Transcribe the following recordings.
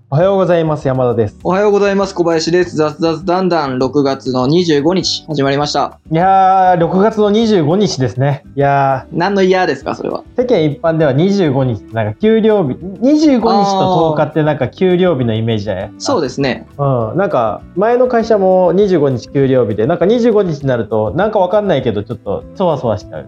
おはようございます。山田です。 おはようございます。小林です。雑雑だんだん6月の25日始まりました。 いやー、6月の25日ですね。いやー。 何の嫌ですか、それは。 世間一般では25日ってなんか給料日、25日と10日ってなんか給料日のイメージじゃないですか。 そうですね。 なんか前の会社も25日給料日で、なんか25日になるとなんかわかんないけどちょっとそわそわしちゃうね。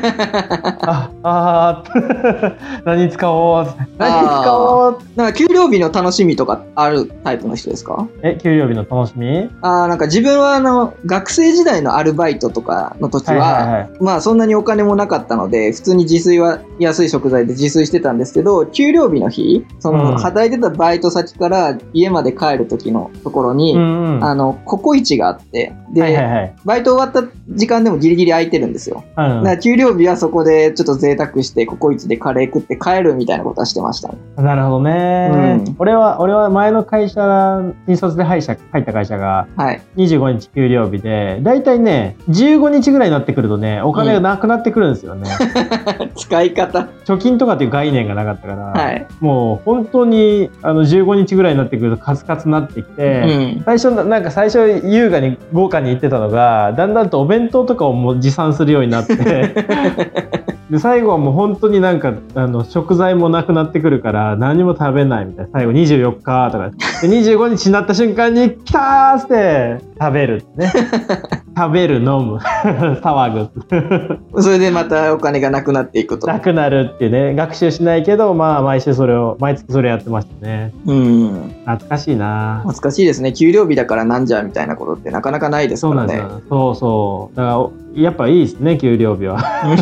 何使おうなんか給料日の楽しみとかあるタイプの人ですか？ 給料日の楽しみ？ なんか自分は学生時代のアルバイトとかの時は、まあそんなにお金もなかったので普通に自炊は安い食材で自炊してたんですけど、給料日の日働いてたバイト先から家まで帰る時のところに、ココイチがあって、で、バイト終わった時間でもギリギリ空いてるんですよ。だから給料日はそこでちょっと贅沢してココイチでカレー食って帰るみたいなことはしてましたね。 なるほどね。俺は前の会社、新卒で入った会社が25日給料日で、だいたいね15日ぐらいになってくるとね、お金がなくなってくるんですよね。 使い方、 貯金とかっていう概念がなかったから、もう本当に15日ぐらいになってくるとカツカツになってきて、最初優雅に豪華に言ってたのが、だんだんとお弁当とかをもう持参するようになってで最後はもう本当になんか食材もなくなってくるから何も食べないみたいな。最後24日とかで25日になった瞬間に来たーって食べるね。食べる、飲む、騒ぐ。それでまたお金がなくなっていくと。 なくなるっていうね。学習しないけど、まあ毎月それやってましたね。懐かしいな。 懐かしいですね。給料日だからなんじゃみたいなことってなかなかないですからね。 そう。だからやっぱいいですね、給料日は。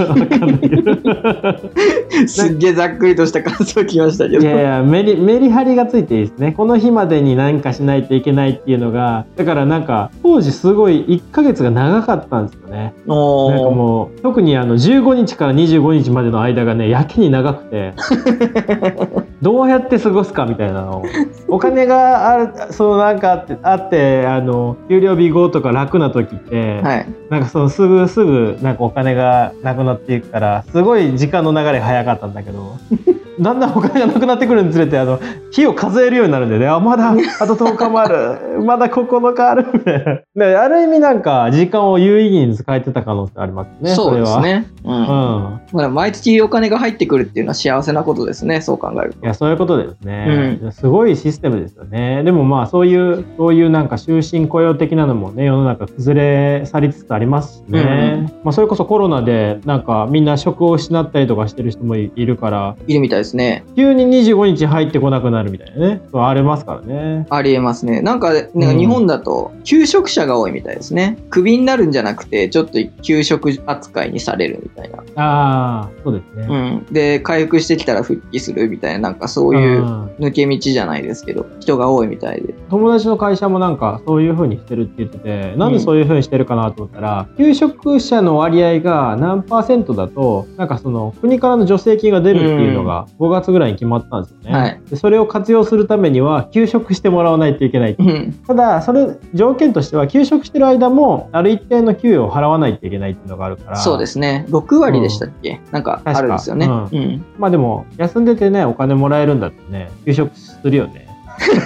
すっげえざっくりとした感想聞きましたけど。 いやメリハリがついていいですね。この日までに何かしないといけないっていうのが、だからなんか当時すごい1ヶ月が長かったんですよね。なんかもう特に15日から25日までの間がね、やけに長くてどうやって過ごすかみたいなのをお金がなんかあって給料日後とか楽な時って、なんかすぐなんかお金がなくなっていくから、すごい時間の流れが早かったんだけどだんだんお金がなくなってくるにつれて日を数えるようになるんでね、まだあと10日もあるまだ9日あるみたいな。ある意味なんか時間を有意義に使えてた可能性ありますね。 そうですね。毎月お金が入ってくるっていうのは幸せなことですね、そう考えると。 いや、そういうことですね。すごいシステムですよね。でもまあそういうなんか終身雇用的なのもね、世の中崩れ去りつつありますしね。それこそコロナでなんかみんな職を失ったりとかしてる人もいるから。 いるみたいですね。 急に25日入ってこなくなるみたいなね。ありますからね。 ありえますね。なんか日本だと休職者が多いみたいですね。クビになるんじゃなくてちょっと休職扱いにされるみたいな。 そうですね。 で回復してきたら復帰するみたいな、なんかそういう抜け道じゃないですけど、人が多いみたいで。 友達の会社もなんかそういう風にしてるって言ってて、なんでそういう風にしてるかなと思ったら、休職者の割合が何%だとなんか国からの助成金が出るっていうのが5月ぐらいに決まったんですよね。でそれを活用するためには休職してもらわないといけない。ただそれ条件としては休職してる間もある一定の給与を払わないといけないっていうのがあるから。そうですね。6割でしたっけ？なんかあるんですよね。 まあでも休んでてね、お金もらえるんだってね、休職するよね。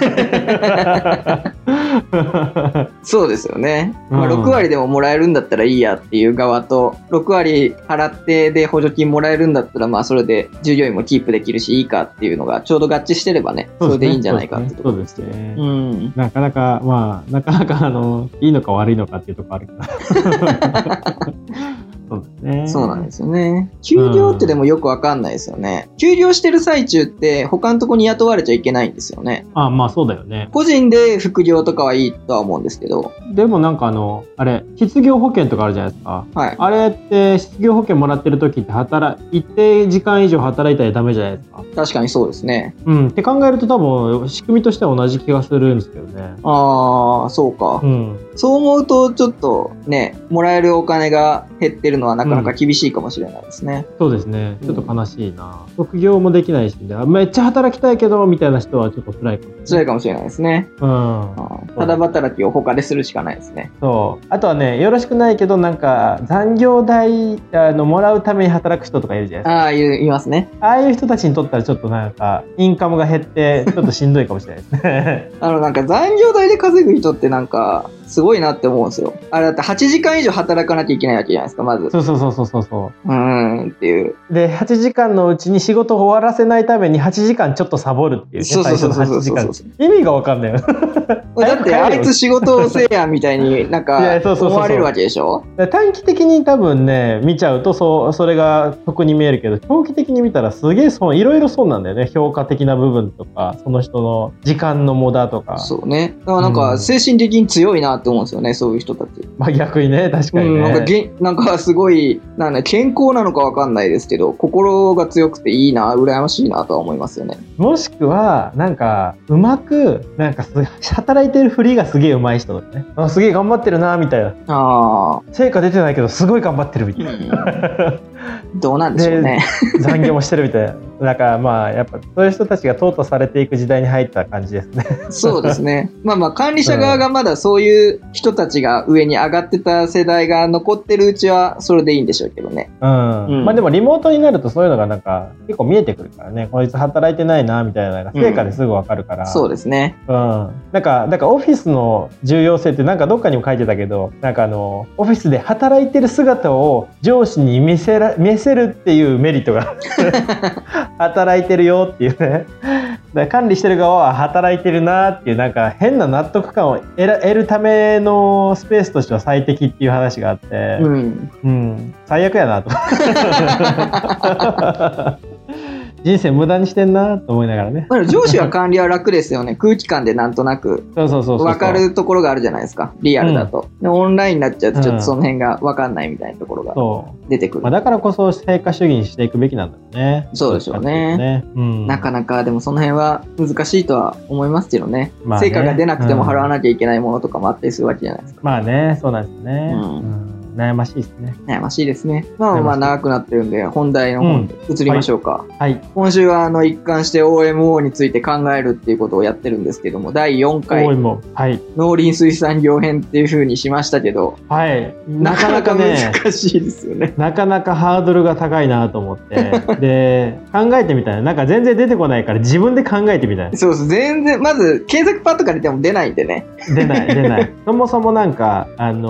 そうですよね。6割でももらえるんだったらいいやっていう側と、6割払ってで補助金もらえるんだったら、まあそれで従業員もキープできるしいいかっていうのがちょうど合致してればね、それでいいんじゃないかってところですね。 なかなかいいのか悪いのかっていうところあるから。 そうなんですよね。休業ってでもよくわかんないですよね。休業してる最中って他のとこに雇われちゃいけないんですよね。 まあそうだよね。 個人で副業とかはいいとは思うんですけど。 でもなんかあれ失業保険とかあるじゃないですか。あれって失業保険もらってる時って一定時間以上働いたらダメじゃないですか。 確かにそうですね。 って考えると多分仕組みとしては同じ気がするんですけどね。 そうか。そう思うとちょっとね、もらえるお金が減ってるのはなかかなか厳しいかもしれないですね。 そうですね。ちょっと悲しいな。副業もできないし、めっちゃ働きたいけどみたいな人はちょっと辛いかもしれない。 辛いかもしれないですね。ただ働きを他でするしかないですね。 そう。あとはね、よろしくないけどなんか残業代もらうために働く人とかいるじゃないですか。 いますね。 ああいう人たちにとったらちょっとなんかインカムが減ってちょっとしんどいかもしれないですね。 なんか残業代で稼ぐ人ってなんかすごいなって思うんですよ。あれだって8時間以上働かなきゃいけないわけじゃないですか、まず。 そうっていう。 で、8時間のうちに仕事を終わらせないために8時間ちょっとサボるっていうね。 そう。 意味がわかんないよ。 だってあいつ仕事をせえやみたいになんか思われるわけでしょ。 短期的に多分ね、見ちゃうとそれが得に見えるけど、長期的に見たらすげえいろいろそうなんだよね。評価的な部分とか、その人の時間の無駄とか。 そうね。だからなんか精神的に強いなって思うんですよね、そういう人たち。 まあ逆にね、確かにね。 なんかすごい、健康なのかわかんないですけど、心が強くていいな、羨ましいなとは思いますよね。 もしくは、なんか、うまく、なんか働いてるふりがすげえ上手い人だね。すげえ頑張ってるな、みたいな。成果出てないけど、すごい頑張ってるみたいな。 どうなんでしょうね。 残業もしてるみたいな。だからまあやっぱそういう人たちが淘汰されていく時代に入った感じですね。 そうですね。まあ管理者側がまだそういう人たちが上に上がってた世代が残ってるうちはそれでいいんでしょうけどね。 まあでもリモートになるとそういうのがなんか結構見えてくるからね。こいつ働いてないなみたいなのが成果ですぐ分かるから。 そうですね。 だからオフィスの重要性ってなんかどっかにも書いてたけど、なんかオフィスで働いてる姿を上司に見せるっていうメリットが働いてるよっていうね。だから管理してる側は働いてるなっていうなんか変な納得感を得るためのスペースとしては最適っていう話があって、最悪やなと。人生無駄にしてんなと思いながらね。 上司は管理は楽ですよね。空気感でなんとなく分かるところがあるじゃないですか、リアルだと。でオンラインになっちゃうとちょっとその辺が分かんないみたいなところが出てくる。 だからこそ成果主義にしていくべきなんだろうね。 そうでしょうね。なかなかでもその辺は難しいとは思いますけどね。成果が出なくても払わなきゃいけないものとかもあったりするわけじゃないですか。 まあね、そうなんですね。悩ましいですね。 悩ましいですね。まあ長くなってるんで本題の方に移りましょうか。今週は一貫して OMO について考えるっていうことをやってるんですけども、第4回農林水産業編っていう風にしましたけど、なかなか難しいですよね。 なかなかハードルが高いなと思ってで考えてみたらなんか全然出てこないから自分で考えてみたい。 そう全然まず検索パッとか出ても出ないんでね。 出ない。そもそもなんか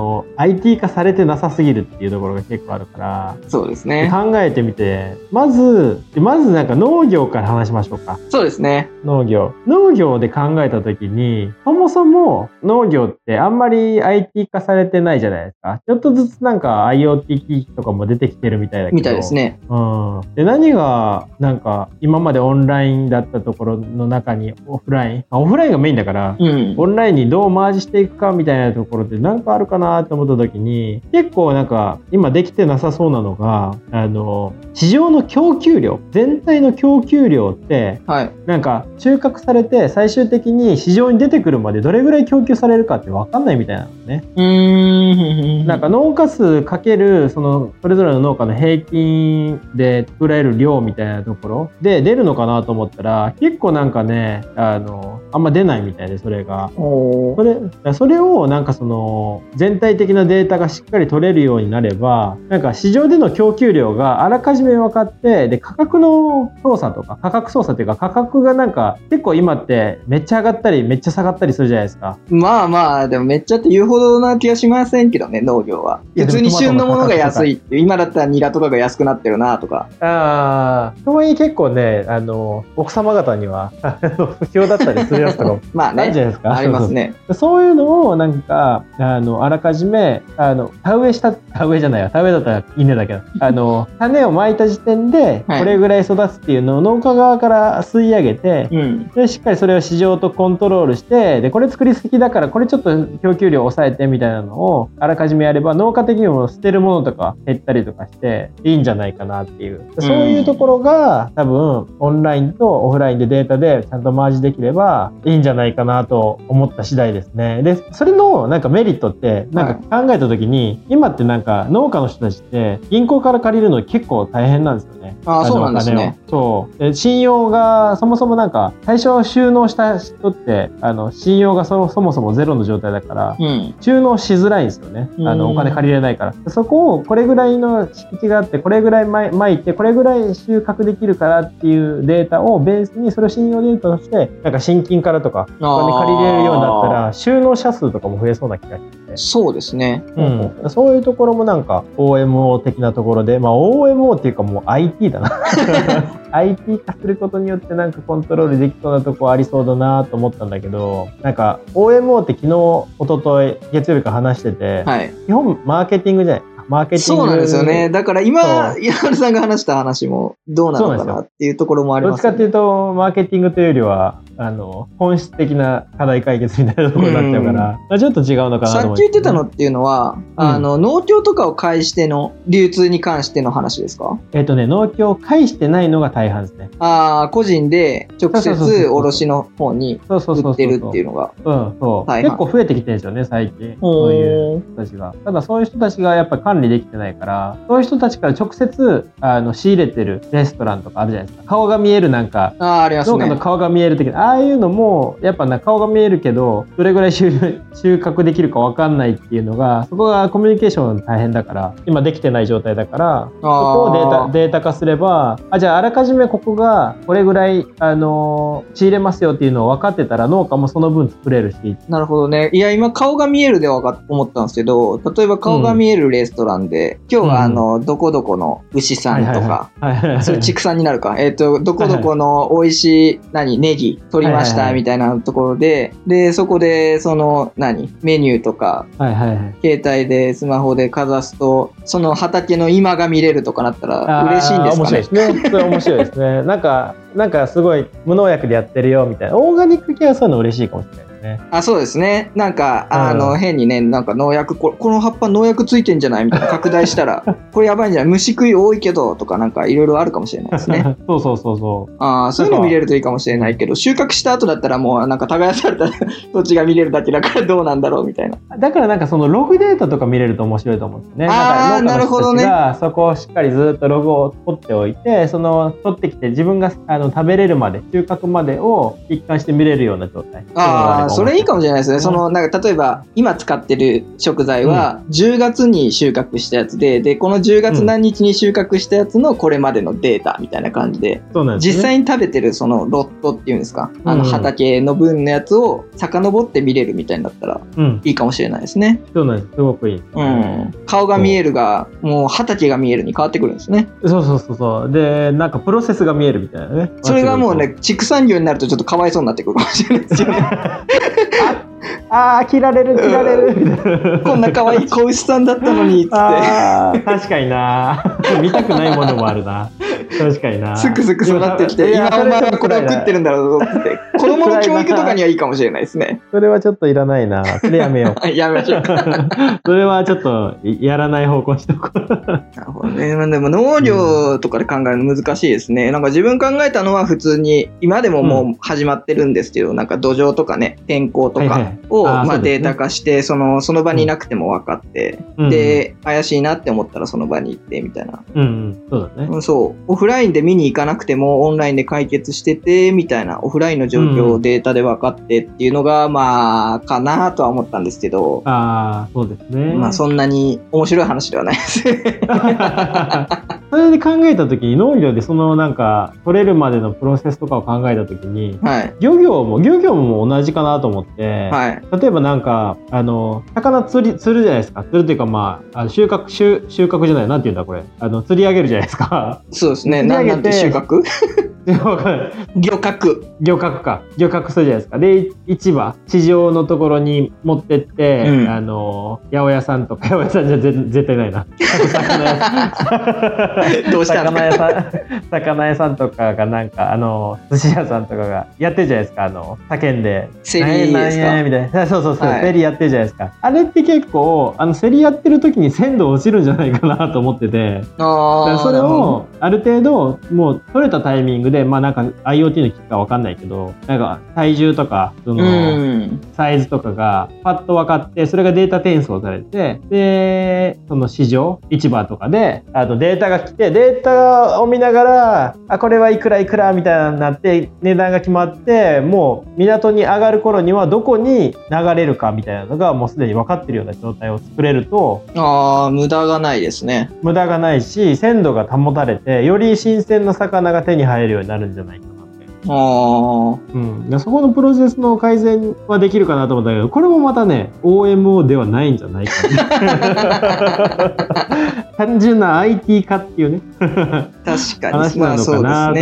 IT 化されてなさすぎるっていうところが結構あるから。 そうですね。 考えてみてまずなんか農業から話しましょうか。 そうですね。 農業で考えた時にそもそも農業ってあんまり IT 化されてないじゃないですか。ちょっとずつなんか IoT 機器とかも出てきてるみたいだけど。 みたいですね。 で何がなんか今までオンラインだったところの中にオフラインがメインだから、オンラインにどうマージしていくかみたいなところでなんかあるかなと思った時に結構なんか今できてなさそうなのが市場の供給量全体の供給量って、なんか収穫されて最終的に市場に出てくるまでどれぐらい供給されるかって分かんないみたいなのね。なんか農家数かけるそれぞれの農家の平均で作られる量みたいなところで出るのかなと思ったら結構なんかねあんま出ないみたいで、それをなんか全体的なデータがしっかり取れるようになればなんか市場での供給量があらかじめ分かってで価格の操作とか価格操作っていうか価格がなんか結構今ってめっちゃ上がったりめっちゃ下がったりするじゃないですか。 まあでもめっちゃって言うほどな気がしませんけどね、農業は。普通に旬のものが安いって今だったらニラとかが安くなってるなとか。とはいえ結構ね奥様方には不況だったりするやつとかもあるじゃないですか。 ありますね。 そういうのをなんかあらかじめ田植えだったら稲だけど種をまいた時点でこれぐらい育つっていうのを農家側から吸い上げて、でしっかりそれを市場とコントロールしてでこれ作りすぎだからこれちょっと供給量抑えてみたいなのをあらかじめやれば農家的にも捨てるものとか減ったりとかしていいんじゃないかなっていう、そういうところが多分オンラインとオフラインでデータでちゃんとマージできればいいんじゃないかなと思った次第ですね。でそれのなんかメリットってなんか考えた時に、今ってなんか農家の人たちって銀行から借りるの結構大変なんですよね。 そうなんですね。 そう信用がそもそもなんか最初収納した人って信用がそもそもゼロの状態だから、収納しづらいんですよね。お金借りれないから。そこをこれぐらいの敷地があってこれぐらい巻いてこれぐらい収穫できるからっていうデータをベースにそれを信用データとしてなんか信金からとかお金借りれるようになったら収納者数とかも増えそうな気がして。 そうですね、 そういうところもなんか OMO 的なところで、OMO っていうかもう IT だなIT 化することによってなんかコントロールできそうなとこありそうだなと思ったんだけど、なんか OMO って昨日一昨日月曜日から話してて、基本マーケティングじゃない。マーケティング。 そうなんですよね。だから今稲原さんが話した話もどうなのかなっていうところもありますね。 どっちかっていうとマーケティングというよりは本質的な課題解決みたいなところになっちゃうから、ちょっと違うのかなと思って。 さっき言ってたのっていうのは、農協とかを介しての流通に関しての話ですか？ 農協を介してないのが大半ですね。 個人で直接卸の方に売ってるっていうのが結構増えてきてるんですよね最近。そういう人たちが。ただそういう人たちがやっぱり管理できてないから、そういう人たちから直接仕入れてるレストランとかあるじゃないですか。顔が見えるなんかありますね。 農家の顔が見える的なああいうのもやっぱ顔が見えるけどどれぐらい収穫できるか分かんないっていうのが、そこがコミュニケーション大変だから今できてない状態だから、そこをデータ化すればじゃああらかじめここがこれぐらい仕入れますよっていうのを分かってたら農家もその分作れるし。 なるほどね。いや今顔が見えるで思ったんですけど、例えば顔が見えるレストランで、今日はどこどこの牛さんとか、それ畜産になるか、どこどこの美味しいネギ取りましたみたいなところで、そこでそのメニューとか、携帯でスマホでかざすとその畑の今が見れるとかなったら嬉しいんですかね。 面白いですね。それ面白いですね。なんかすごい無農薬でやってるよみたいなオーガニック系はそういうの嬉しいかもしれない。 そうですね。なんか変にね、なんか農薬この葉っぱ農薬ついてんじゃないみたいな拡大したらこれやばいんじゃない、虫食い多いけどとかなんかいろいろあるかもしれないですね。 そうそういうの見れるといいかもしれないけど、収穫した後だったらもうなんか耕された土地が見れるだけだからどうなんだろうみたいな。 だからなんかそのログデータとか見れると面白いと思うんですよね。 なるほどね。 そこをしっかりずっとログを取っておいて、取ってきて自分が食べれるまで収穫までを一貫して見れるような状態。 それいいかもしれないですね。なんか例えば今使ってる食材は10月に収穫したやつで、この10月何日に収穫したやつのこれまでのデータみたいな感じで、実際に食べてるそのロットっていうんですか、畑の分のやつを遡って見れるみたいになったらいいかもしれないですね。 そうなんです。すごくいい。 顔が見えるがもう畑が見えるに変わってくるんですね。 そうでなんかプロセスが見えるみたいなね。 それがもうね畜産業になるとちょっとかわいそうになってくるかもしれないですよね。 切られるこんな可愛い子牛さんだったのにっつって確かにな見たくないものもあるな。確かにな。 すくすく育ってきて今お前はこれを食ってるんだろうって子供の教育とかにはいいかもしれないですね。 それはちょっといらないな。それやめよう。 やめましょう。 それはちょっとやらない方向にしとこう。なるほどね。でも農業とかで考えるの難しいですね。なんか自分考えたのは普通に今でももう始まってるんですけど、なんか土壌とかね天候とかをデータ化してその場にいなくても分かって、で怪しいなって思ったらその場に行ってみたいな。 そうだね。 オフラインで見に行かなくてもオンラインで解決しててみたいな、オフラインの状況をデータで分かってっていうのがかなとは思ったんですけど、 そうですね。 そんなに面白い話ではないですそれで考えた時に農業でなんか取れるまでのプロセスとかを考えた時に、漁業も同じかなと思って、例えばなんか魚釣るじゃないですか。釣るというか収穫じゃない、なんていうんだこれ、釣り上げるじゃないですか。 そうですね。なんて収穫漁獲か。漁獲するじゃないですか。で、市場、市場のところに持ってって、八百屋さんとか、八百屋さんじゃ絶対ないな。魚屋さん。 どうしたんですか？ 魚屋さんとかがなんか、寿司屋さんとかがやってるじゃないですか。叫んで。 競りですか？ みたいな。そう、競りやってるじゃないですか。あれって結構、競りやってる時に鮮度落ちるんじゃないかなと思ってて。それを、ある程度、もう取れたタイミングで、まあなんか IoT の機器かわかんないけど、なんか体重とか、サイズとかがパッと分かって、それがデータ転送されて、で、その市場、市場とかで、データが来て、データを見ながら、これはいくらいくらみたいなになって、値段が決まって、もう港に上がる頃にはどこに流れるかみたいなのがもうすでに分かってるような状態を作れると、 無駄がないですね。 無駄がないし、鮮度が保たれて、より新鮮な魚が手に入るようになるんじゃないかなって。そこのプロセスの改善はできるかなと思ったけど、これもまたね OMO ではないんじゃないか単純な IT 化っていうね確かに話なのかなと思って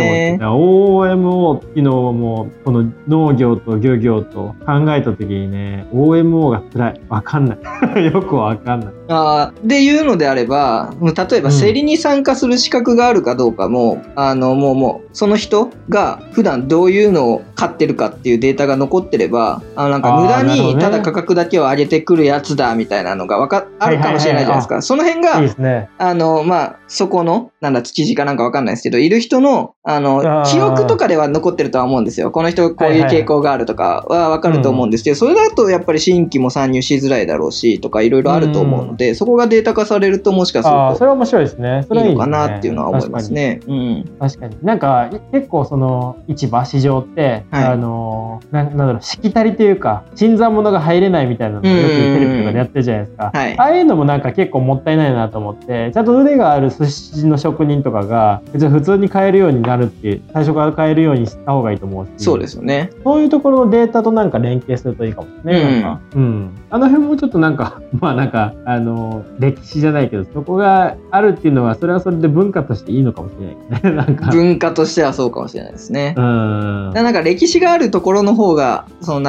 、OMO っていうのをもうこの農業と漁業と考えた時にね OMO が辛い、分かんないよく分かんない。 でいうのであれば、例えば競りに参加する資格があるかどうかも、もうその人が普段どういうのを買ってるかっていうデータが残ってれば、なんか無駄にただ価格だけを上げてくるやつだみたいなのがあるかもしれないじゃないですか。その辺がいいですね。そこの築地かなんかわかんないですけど、いる人の記憶とかでは残ってるとは思うんですよ。この人こういう傾向があるとかはわかると思うんですけど、それだとやっぱり新規も参入しづらいだろうしとかいろいろあると思うので、そこがデータ化されるともしかするとそれは面白いですね。それはいいのかなっていうのは思いますね。 確かに。なんか結構その市場市場って、なんだろう、しきたりというか新参者が入れないみたいなのをよくテレビとかでやってるじゃないですか。ああいうのもなんか結構もったいないなと思って、ちゃんと腕がある寿司の職人とかが普通に買えるようになるっていう、最初から買えるようにした方がいいと思うし。 そうですよね。 そういうところのデータとなんか連携するといいかもね。あの辺もちょっとなんか歴史じゃないけど、そこがあるっていうのはそれはそれで文化としていいのかもしれないね。なんか文化としてはそうかもしれないですね。なんか歴史があるところの方が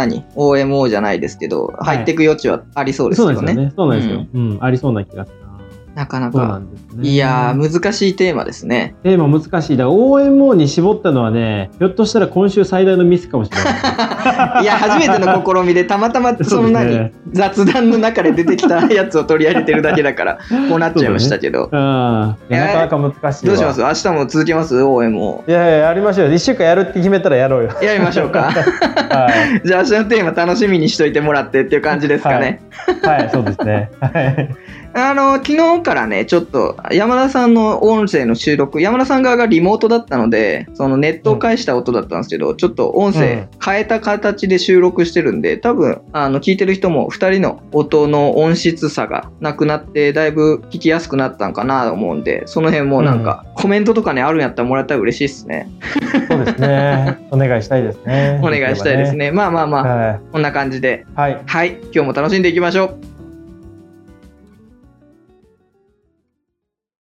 OMO じゃないですけど、入っていく余地はありそうですよね。 そうなんですよ。ありそうな気がする。 なかなか、いやー難しいテーマですね。 テーマ難しい。だから OMO に絞ったのはね、ひょっとしたら今週最大のミスかもしれない。 いや初めての試みでたまたま雑談の中で出てきたやつを取り上げてるだけだからこうなっちゃいましたけど。 なかなか難しい。 どうします？明日も続けます？ OMO。 いややりましょうよ。1週間やるって決めたらやろうよ。 やりましょうか。じゃあ明日のテーマ楽しみにしといてもらってっていう感じですかね。 はい、そうですね。 昨日からね、ちょっと山田さんの音声の収録、山田さん側がリモートだったので、そのネットを介した音だったんですけど、ちょっと音声変えた形で収録してるんで、多分、聞いてる人も2人の音の音質差がなくなって、だいぶ聞きやすくなったんかなと思うんで、その辺もなんか、コメントとかね、あるんやったらもらったら嬉しいですね。 そうですね。お願いしたいですね。 お願いしたいですね。まあ、こんな感じで。はい。今日も楽しんでいきましょう。